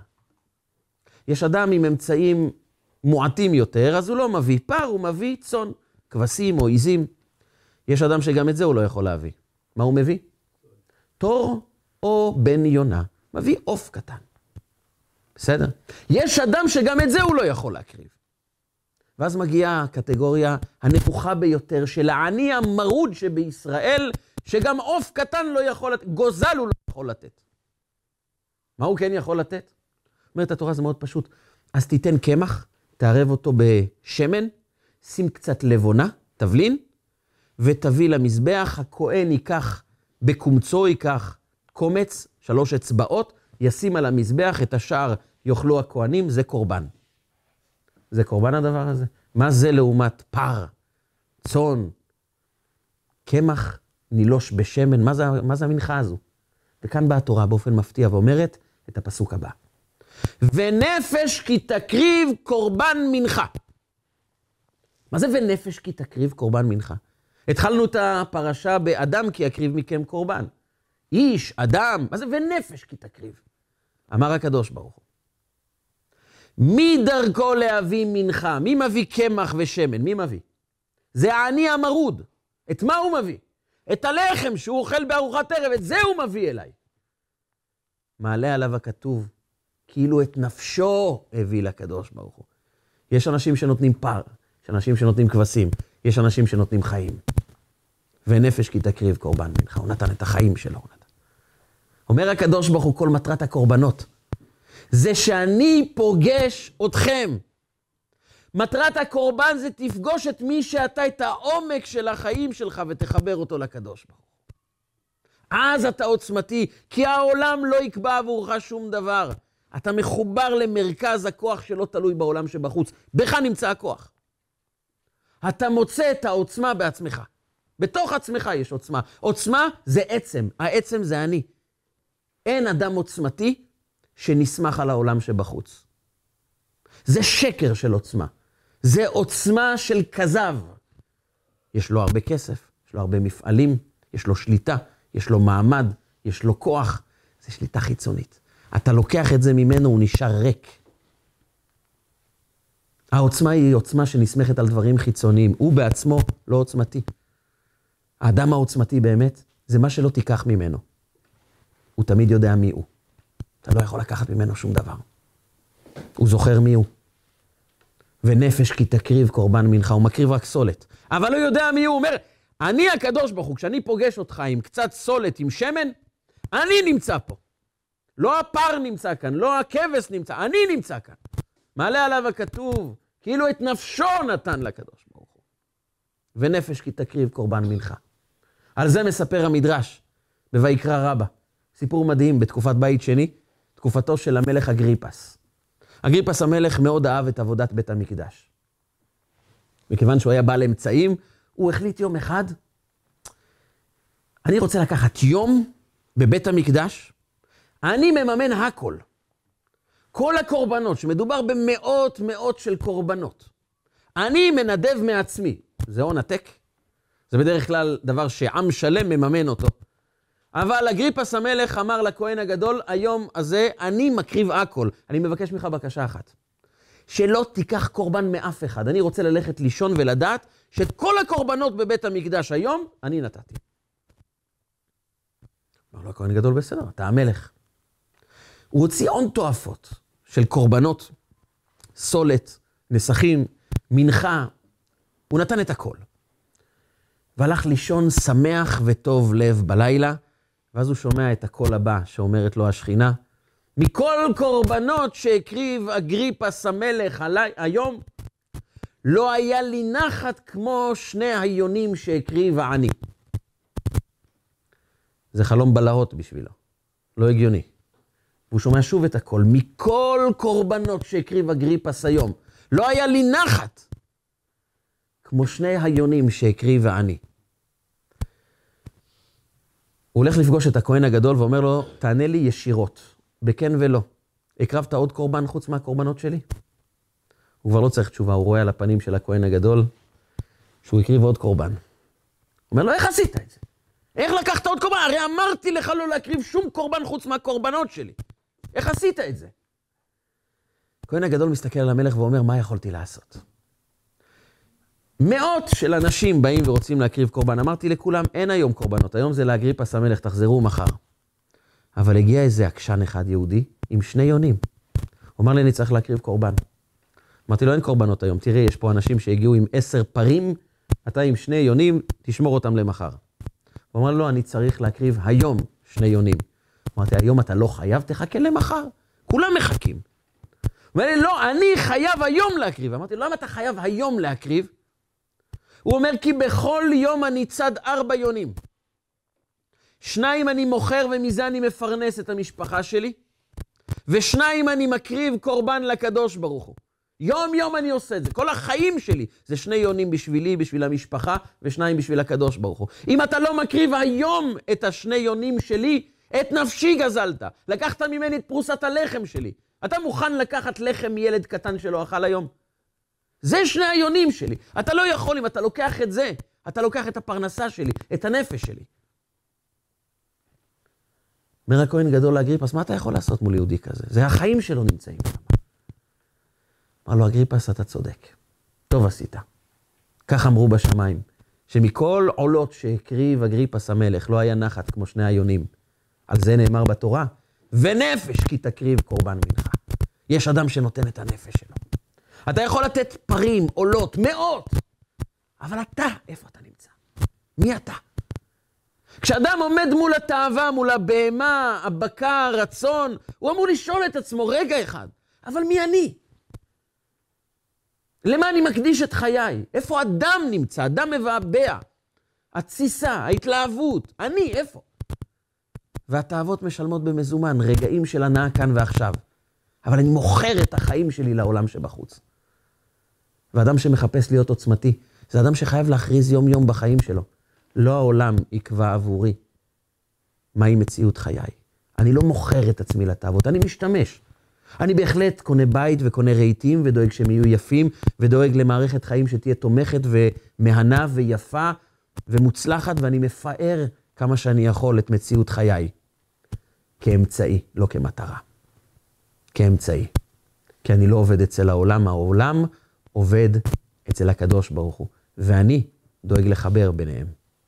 יש אדם עם אמצעים מועטים יותר, אז הוא לא מביא פר, הוא מביא צאן, כבשים או עיזים. יש אדם שגם את זה הוא לא יכול להביא. מה הוא מביא? תור או בן יונה, מביא עוף קטן. בסדר? יש אדם שגם את זה הוא לא יכול להקריב. ואז מגיעה הקטגוריה הנפוחה ביותר של העני המרוד שבישראל, שגם עוף קטן לא יכול לתת, גוזל הוא לא יכול לתת. מה הוא כן יכול לתת? אומרת התורה זה מאוד פשוט. אז תיתן קמח, תערב אותו בשמן, שים קצת לבונה, תבלין, ותביא למזבח, הכהן ייקח בקומצו, ייקח קומץ, שלוש אצבעות, ישים על המזבח, את השאר יאכלו הכהנים, זה קורבן. זה קורבן הדבר הזה. מה זה לעומת פר, צאן, קמח, נילוש בשמן? מה זה, מה זה המנחה הזו? וכאן באה התורה באופן מפתיע ואומרת את הפסוק הבא. ונפש כי תקריב קורבן מנחה. מה זה ונפש כי תקריב קורבן מנחה? התחלנו את הפרשה באדם כי יקריב מכם קורבן. איש, אדם, מה זה ונפש כי תקריב? אמר הקדוש ברוך הוא. מי דרכו להביא מנחה? מי מביא קמח ושמן? מי מביא? זה העני המרוד. את מה הוא מביא? את הלחם שהוא אוכל בארוחת ערב, את זה הוא מביא אליי. מעלה עליו הכתוב, כאילו את נפשו הביא לקדוש ברוך הוא. יש אנשים שנותנים פר, יש אנשים שנותנים כבשים, יש אנשים שנותנים חיים. ונפש כי תקריב קורבן מנחה, הוא נתן את החיים שלו. הוא נתן. אומר הקדוש ברוך הוא, כל מטרת הקורבנות, זה שאני פוגש אתכם. מטרת הקורבן זה תפגוש את מי שאתה, את העומק של החיים שלך, ותחבר אותו לקדוש ברוך הוא. אז אתה עוצמתי, כי העולם לא יקבע עבורך שום דבר. אתה מחובר למרכז הכוח שלא תלוי בעולם שבחוץ. בך נמצא הכוח. אתה מוצא את העוצמה בעצמך. בתוך עצמך יש עוצמה. עוצמה זה עצם. העצם זה אני. אין אדם עוצמתי שנסמך על העולם שבחוץ. זה שקר של עוצמה. זה עוצמה של כזב. יש לו הרבה כסף, יש לו הרבה מפעלים, יש לו שליטה, יש לו מעמד, יש לו כוח. זה שליטה חיצונית. אתה לוקח את זה ממנו, הוא נשאר ריק. העוצמה היא עוצמה שנסמכת על דברים חיצוניים. הוא בעצמו לא עוצמתי. האדם העוצמתי באמת, זה מה שלא תיקח ממנו. הוא תמיד יודע מי הוא. אתה לא יכול לקחת ממנו שום דבר. הוא זוכר מי הוא. ונפש כי תקריב קורבן מנחה, הוא מקריב רק סולת. אבל הוא יודע מי הוא, הוא אומר, אני הקדוש ברוך הוא, כשאני פוגש אותך עם קצת סולת, עם שמן, אני נמצא פה. לא הפר נמצא כאן, לא הכבש נמצא, אני נמצא כאן. מעלה עליו הכתוב, כאילו את נפשו נתן לקדוש ברוך הוא. ונפש כי תקריב קורבן מנחה. על זה מספר המדרש, בויקרא רבה. סיפור מדהים בתקופת בית שני, תקופתו של המלך אגריפס. אגריפס המלך מאוד אהב את עבודת בית המקדש. מכיוון שהוא היה בעל אמצעים, הוא החליט יום אחד, אני רוצה לקחת יום בבית המקדש, אני מממן הכל. כל הקורבנות, שמדובר במאות מאות של קורבנות, אני מנדב מעצמי. זה הון עתק. זה בדרך כלל דבר שעם שלם מממן אותו. אבל אגריפס המלך אמר לכהן הגדול, היום הזה אני מקריב הכל. אני מבקש ממך בקשה אחת. שלא תיקח קורבן מאף אחד. אני רוצה ללכת לישון ולדעת שאת כל הקורבנות בבית המקדש היום, אני נתתי. אמר לו הכהן גדול, בסדר, אתה המלך. הוא הוציא הון תועפות של קורבנות, סולת, נסכים, מנחה. הוא נתן את הכל. והלך לישון שמח וטוב לב בלילה, ואז הוא שומע את הקול הבא שאומרת לו השכינה, מכל קורבנות שהקריב אגריפס המלך עלי, היום, לא היה לי נחת כמו שני היונים שהקריב העני. זה חלום בלהות בשבילו, לא הגיוני. והוא שומע שוב את הכל, מכל קורבנות שהקריב אגריפס היום, לא היה לי נחת כמו שני היונים שהקריב העני. הוא הולך לפגוש את הכהן הגדול ואומר לו, תענה לי ישירות, בכן ולא. הקרבת עוד קורבן חוץ מהקורבנות שלי? הוא כבר לא צריך תשובה, הוא רואה על הפנים של הכהן הגדול, שהוא הקריב עוד קורבן. הוא אומר לו, איך עשית את זה? איך לקחת עוד קורבן? הרי אמרתי לך לא להקריב שום קורבן חוץ מהקורבנות שלי. איך עשית את זה? הכהן הגדול מסתכל על המלך ואומר, מה יכולתי לעשות? מאות של אנשים באים ורוצים להקריב קורבן. אמרתי לכולם, אין היום קורבנות. היום זה לאגריפס המלך, תחזרו מחר. אבל הגיע איזה עקשן אחד יהודי עם שני יונים. הוא אמר לי, אני צריך להקריב קורבן. אמרתי לו, אין קורבנות היום. תראה, יש פה אנשים שהגיעו עם עשר פרים, אתה עם שני יונים, תשמור אותם למחר. הוא אמר לו, אני צריך להקריב היום שני יונים. אמרתי, היום אתה לא חייב, תחכה למחר. כולם מחכים. הוא אומר לי, לא, אני חייב היום להקריב. אמרתי לו, למה אתה חייב היום להקריב? הוא אומר, כי בכל יום אני צד ארבע יונים. שניים אני מוכר ומזה אני מפרנס את המשפחה שלי, ושניים אני מקריב קורבן לקדוש ברוך הוא. יום יום אני עושה את זה. כל החיים שלי זה שני יונים בשבילי, בשביל המשפחה, ושניים בשביל הקדוש ברוך הוא. אם אתה לא מקריב היום את השני יונים שלי, את נפשי גזלת. לקחת ממני את פרוסת הלחם שלי. אתה מוכן לקחת לחם מילד קטן שלא אכל היום? זה שני היונים שלי. אתה לא יכול, אם אתה לוקח את זה, אתה לוקח את הפרנסה שלי, את הנפש שלי. אומר הכהן גדול לאגריפס, מה אתה יכול לעשות מול יהודי כזה? זה החיים שלו נמצאים שם. אמר לו, אגריפס, אתה צודק. טוב עשית. כך אמרו בשמיים, שמכל עולות שהקריב אגריפס המלך, לא היה נחת כמו שני היונים. על זה נאמר בתורה, ונפש כי תקריב קורבן מנחה. יש אדם שנותן את הנפש שלו. אתה יכול לתת פרים, עולות, מאות, אבל אתה, איפה אתה נמצא? מי אתה? כשאדם עומד מול התאווה, מול הבהמה, הבקר, רצון, הוא אמור לשאול את עצמו רגע אחד, אבל מי אני? למה אני מקדיש את חיי? איפה אדם נמצא? אדם מבעבע. התסיסה, ההתלהבות. אני, איפה? והתאוות משלמות במזומן, רגעים של הנאה כאן ועכשיו. אבל אני מוכר את החיים שלי לעולם שבחוץ. ואדם שמחפש להיות עוצמתי, זה אדם שחייב להכריז יום יום בחיים שלו. לא העולם יקבע עבורי מהי מציאות חיי. אני לא מוכר את עצמי לתאוות, אני משתמש. אני בהחלט קונה בית וקונה רהיטים ודואג שהם יהיו יפים, ודואג למערכת חיים שתהיה תומכת ומהנה ויפה ומוצלחת, ואני מפאר כמה שאני יכול את מציאות חיי. כאמצעי, לא כמטרה. כאמצעי. כי אני לא עובד אצל העולם, העולם עובד אצל הקדוש ברוך הוא. ואני דואג לחבר ביניהם.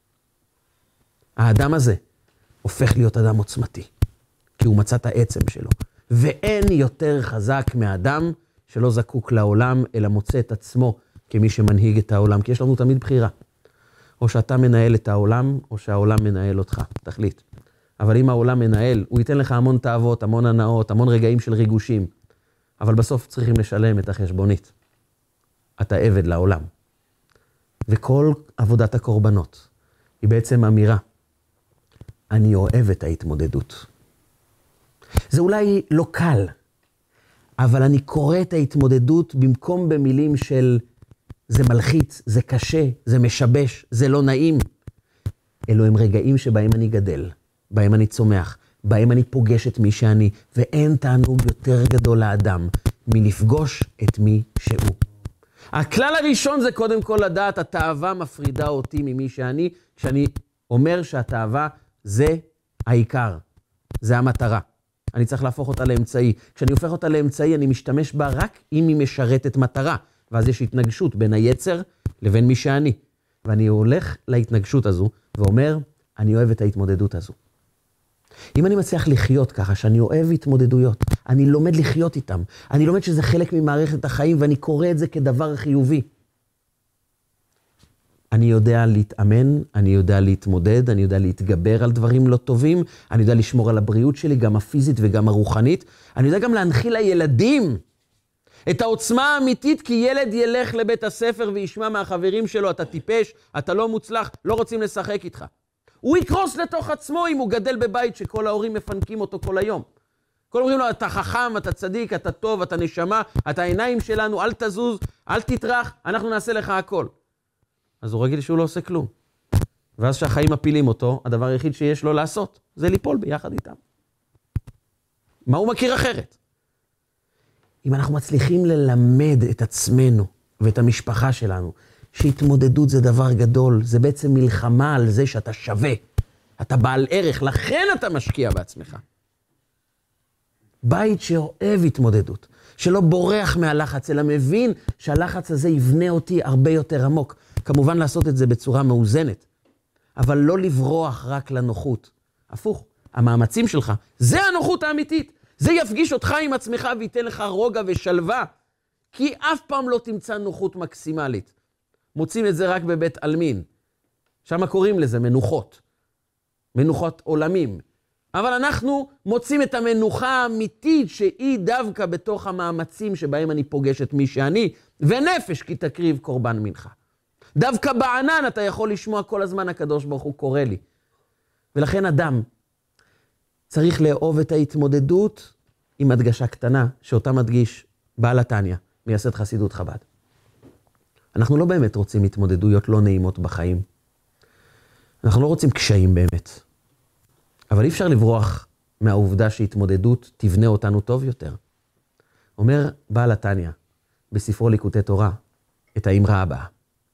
האדם הזה הופך להיות אדם עוצמתי, כי הוא מצא את העצם שלו. ואין יותר חזק מהאדם שלא זקוק לעולם, אלא מוצא את עצמו כמי שמנהיג את העולם. כי יש לנו תמיד בחירה. או שאתה מנהל את העולם, או שהעולם מנהל אותך. תחליט. אבל אם העולם מנהל, הוא ייתן לך המון תאוות, המון הנאות, המון רגעים של ריגושים. אבל בסוף צריכים לשלם את החשבונית. אתה עבד לעולם. וכל עבודת הקורבנות היא בעצם אמירה. אני אוהב את ההתמודדות. זה אולי לא קל, אבל אני קורא את ההתמודדות במקום במילים של זה מלחיץ, זה קשה, זה משבש, זה לא נעים. אלו הם רגעים שבהם אני גדל, בהם אני צומח, בהם אני פוגש את מי שאני, ואין תענוג יותר גדול לאדם מלפגוש את מי שהוא. הכלל הראשון זה קודם כל לדעת, התאווה מפרידה אותי ממי שאני, כשאני אומר שהתאווה זה העיקר, זה המטרה. אני צריך להפוך אותה לאמצעי. כשאני הופך אותה לאמצעי, אני משתמש בה רק אם היא משרתת מטרה. ואז יש התנגשות בין היצר לבין מי שאני. ואני הולך להתנגשות הזו ואומר, אני אוהב את ההתמודדות הזו. אם אני מצליח לחיות ככה, שאני אוהב התמודדויות, אני לומד לחיות איתם, אני לומד שזה חלק ממערכת החיים, ואני קורא את זה כדבר חיובי. אני יודע להתאמן, אני יודע להתמודד, אני יודע להתגבר על דברים לא טובים, אני יודע לשמור על הבריאות שלי, גם הפיזית וגם הרוחנית. אני יודע גם להנחיל לילדים את העוצמה האמיתית, כי ילד ילך לבית הספר וישמע מהחברים שלו, אתה טיפש, אתה לא מוצלח, לא רוצים לשחק איתך. הוא יקרוס לתוך עצמו אם הוא גדל בבית שכל ההורים מפנקים אותו כל היום. כל אומרים לו, אתה חכם, אתה צדיק, אתה טוב, אתה נשמה, אתה העיניים שלנו, אל תזוז, אל תטרח, אנחנו נעשה לך הכל. אז הוא רגיל שהוא לא עושה כלום. ואז שהחיים מפילים אותו, הדבר היחיד שיש לו לעשות, זה ליפול ביחד איתם. מה הוא מכיר אחרת? אם אנחנו מצליחים ללמד את עצמנו ואת המשפחה שלנו, שהתמודדות זה דבר גדול, זה בעצם מלחמה על זה שאתה שווה, אתה בעל ערך, לכן אתה משקיע בעצמך. בית שאוהב התמודדות, שלא בורח מהלחץ, אלא מבין שהלחץ הזה יבנה אותי הרבה יותר עמוק. כמובן לעשות את זה בצורה מאוזנת, אבל לא לברוח רק לנוחות. הפוך, המאמצים שלך, זה הנוחות האמיתית. זה יפגיש אותך עם עצמך וייתן לך רוגע ושלווה, כי אף פעם לא תמצא נוחות מקסימלית. מוצאים את זה רק בבית אלמין. שם קוראים לזה מנוחות. מנוחות עולמים. אבל אנחנו מוצאים את המנוחה האמיתית שהיא דווקא בתוך המאמצים שבהם אני פוגש את מי שאני, ונפש כי תקריב קורבן מנחה. דווקא בענן אתה יכול לשמוע כל הזמן הקדוש ברוך הוא קורא לי. ולכן אדם צריך לאהוב את ההתמודדות עם הדגשה קטנה, שאותה מדגיש בעל התניא, מייסד חסידות חב"ד. אנחנו לא באמת רוצים התמודדויות לא נעימות בחיים. אנחנו לא רוצים קשיים באמת. אבל אי אפשר לברוח מהעובדה שהתמודדות תבנה אותנו טוב יותר. אומר בעל התניא, בספרו ליקוטי תורה, את האמרה הבאה.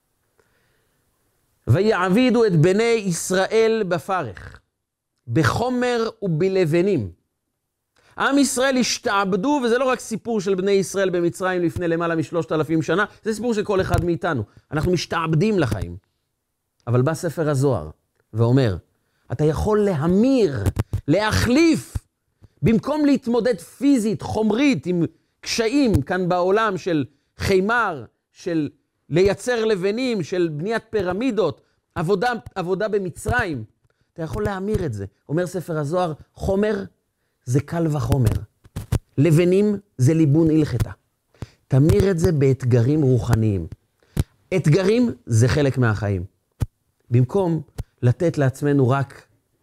ויעבידו את בני ישראל בפרך, בחומר ובלבנים. עם ישראל השתעבדו, וזה לא רק סיפור של בני ישראל במצרים לפני למעלה משלושת אלפים שנה, זה סיפור של כל אחד מאיתנו. אנחנו משתעבדים לחיים. אבל בא ספר הזוהר ואומר, אתה יכול להמיר, להחליף, במקום להתמודד פיזית, חומרית, עם קשיים כאן בעולם של חימר, של לייצר לבנים, של בניית פירמידות, עבודה, עבודה במצרים. אתה יכול להמיר את זה. אומר ספר הזוהר, חומר זה קל וחומר. לבנים זה ליבון הלכתה. תמיר את זה באתגרים רוחניים. אתגרים זה חלק מהחיים. במקום לתת לעצמנו רק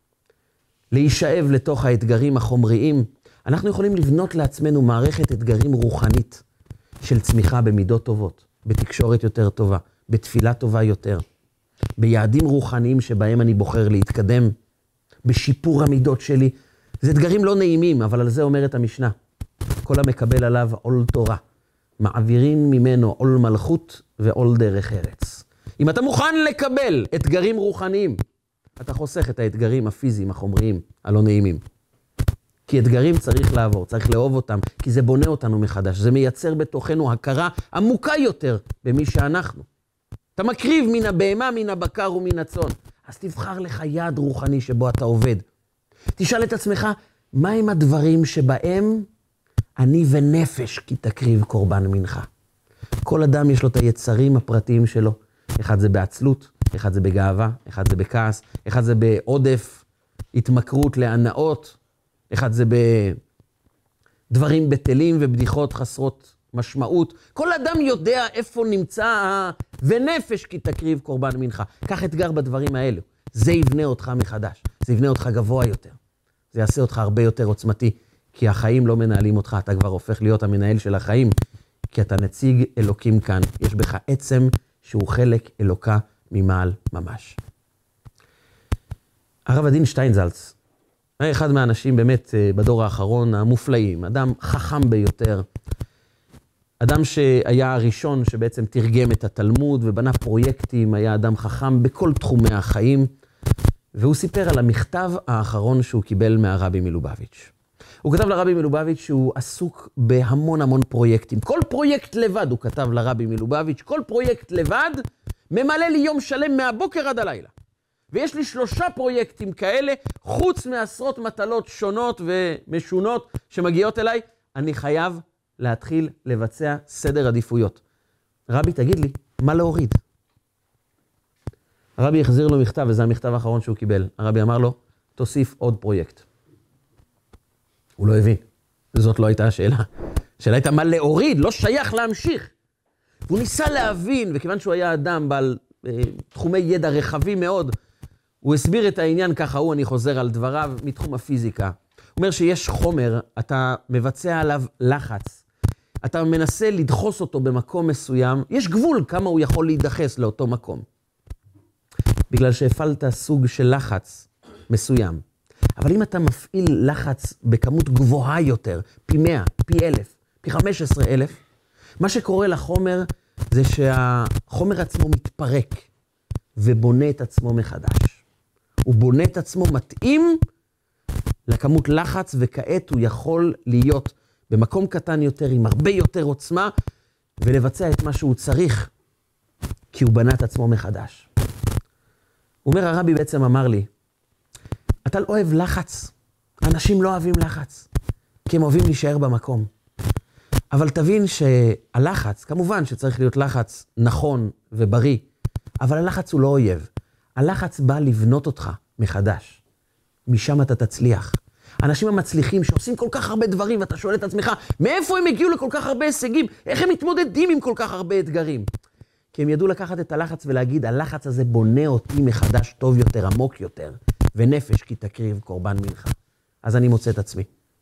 להישאב לתוך האתגרים החומריים, אנחנו יכולים לבנות לעצמנו מערכת אתגרים רוחנית של צמיחה במידות טובות, בתקשורת יותר טובה, בתפילה טובה יותר, ביעדים רוחניים שבהם אני בוחר להתקדם, בשיפור המידות שלי. זה אתגרים לא נעימים, אבל על זה אומרת המשנה. כל המקבל עליו עול תורה, מעבירים ממנו עול מלכות ועול דרך ארץ. אם אתה מוכן לקבל אתגרים רוחניים, אתה חוסך את האתגרים הפיזיים, החומריים, הלא נעימים. כי אתגרים צריך לעבור, צריך לאהוב אותם, כי זה בונה אותנו מחדש. זה מייצר בתוכנו הכרה עמוקה יותר במי שאנחנו. אתה מקריב מן הבהמה, מן הבקר ומן הצאן. אז תבחר לך יעד רוחני שבו אתה עובד. תשאל את עצמך, מהם הדברים שבהם אני ונפש כי תקריב קורבן מנחה? כל אדם יש לו את היצרים הפרטיים שלו. אחד זה בעצלות, אחד זה בגאווה, אחד זה בכעס, אחד זה בעודף, התמכרות להנאות, אחד זה בדברים בטלים ובדיחות חסרות משמעות. כל אדם יודע איפה נמצא ונפש כי תקריב קורבן מנחה. קח אתגר בדברים האלו. זה יבנה אותך מחדש. זה יבנה אותך גבוה יותר. זה יעשה אותך הרבה יותר עוצמתי. כי החיים לא מנהלים אותך. אתה כבר הופך להיות המנהל של החיים. כי אתה נציג אלוקים כאן. יש בך עצם שהוא חלק אלוקה ממעל ממש. הרב עדין שטיינזלץ, היה אחד מהאנשים באמת בדור האחרון המופלאים, אדם חכם ביותר, אדם שהיה הראשון שבעצם תרגם את התלמוד ובנה פרויקטים, היה אדם חכם בכל תחומי החיים, והוא סיפר על המכתב האחרון שהוא קיבל מהרבי מלובביץ'. הוא כתב לרבי מלובביץ' שהוא עסוק בהמון המון פרויקטים. כל פרויקט לבד הוא כתב לרבי מלובביץ', כל פרויקט לבד ממלא לי יום שלם מהבוקר עד הלילה. ויש לי שלושה פרויקטים כאלה, חוץ מעשרות מטלות שונות ומשונות שמגיעות אליי, אני חייב להתחיל לבצע סדר עדיפויות. רבי, תגיד לי, מה להוריד? הרבי החזיר לו מכתב, וזה המכתב האחרון שהוא קיבל. הרבי אמר לו, תוסיף עוד פרויקט. הוא לא הבין. זאת לא הייתה השאלה. השאלה הייתה מה להוריד, לא שייך להמשיך. והוא ניסה להבין, וכיוון שהוא היה אדם בעל אה, תחומי ידע רחבים מאוד, הוא הסביר את העניין ככה, הוא, אני חוזר על דבריו, מתחום הפיזיקה. הוא אומר שיש חומר, אתה מבצע עליו לחץ, אתה מנסה לדחוס אותו במקום מסוים, יש גבול כמה הוא יכול להידחס לאותו מקום. בגלל שהפעלת סוג של לחץ מסוים. אבל אם אתה מפעיל לחץ בכמות גבוהה יותר, פי מאה, פי אלף, פי חמש עשרה אלף, מה שקורה לחומר זה שהחומר עצמו מתפרק ובונה את עצמו מחדש. הוא בונה את עצמו מתאים לכמות לחץ, וכעת הוא יכול להיות במקום קטן יותר, עם הרבה יותר עוצמה, ולבצע את מה שהוא צריך, כי הוא בנה את עצמו מחדש. הוא אומר, הרבי בעצם אמר לי, אתה לא אוהב לחץ. אנשים לא אוהבים לחץ, כי הם אוהבים להישאר במקום. אבל תבין שהלחץ, כמובן שצריך להיות לחץ נכון ובריא, אבל הלחץ הוא לא אויב. הלחץ בא לבנות אותך מחדש. משם אתה תצליח. האנשים המצליחים שעושים כל כך הרבה דברים, ואתה שואל את עצמך, מאיפה הם הגיעו לכל כך הרבה הישגים? איך הם מתמודדים עם כל כך הרבה אתגרים? כי הם ידעו לקחת את הלחץ ולהגיד, הלחץ הזה בונה אותי מחדש טוב יותר, עמוק יותר, ונפש כי תקריב קורבן מנחה. אז אני מוצא את עצמי.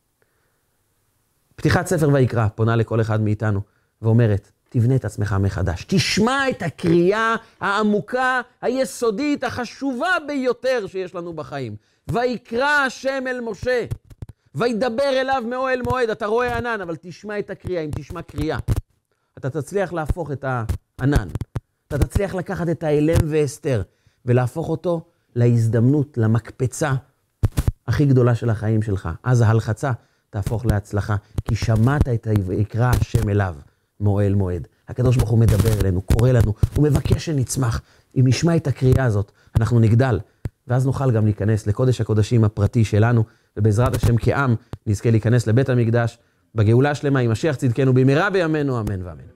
פתיחת ספר ויקרא פונה לכל אחד מאיתנו, ואומרת, תבנה את עצמך מחדש. תשמע את הקריאה העמוקה, היסודית, החשובה ביותר שיש לנו בחיים. ויקרא השם אל משה, וידבר אליו מאוהל מועד. אתה רואה ענן, אבל תשמע את הקריאה. אם תשמע קריאה, אתה תצליח להפוך את הענן. אתה תצליח לקחת את האלם ואסתר, ולהפוך אותו להזדמנות, למקפצה הכי גדולה של החיים שלך. אז ההלחצה תהפוך להצלחה, כי שמעת את ויקרא השם אליו מאוהל מועד. הקדוש ברוך הוא מדבר אלינו, קורא לנו, הוא מבקש שנצמח. אם נשמע את הקריאה הזאת, אנחנו נגדל, ואז נוכל גם להיכנס לקודש הקודשים הפרטי שלנו, ובעזרת השם כעם נזכה להיכנס לבית המקדש, בגאולה השלמה עם משיח צדקנו במהרה בימינו, אמן ואמן.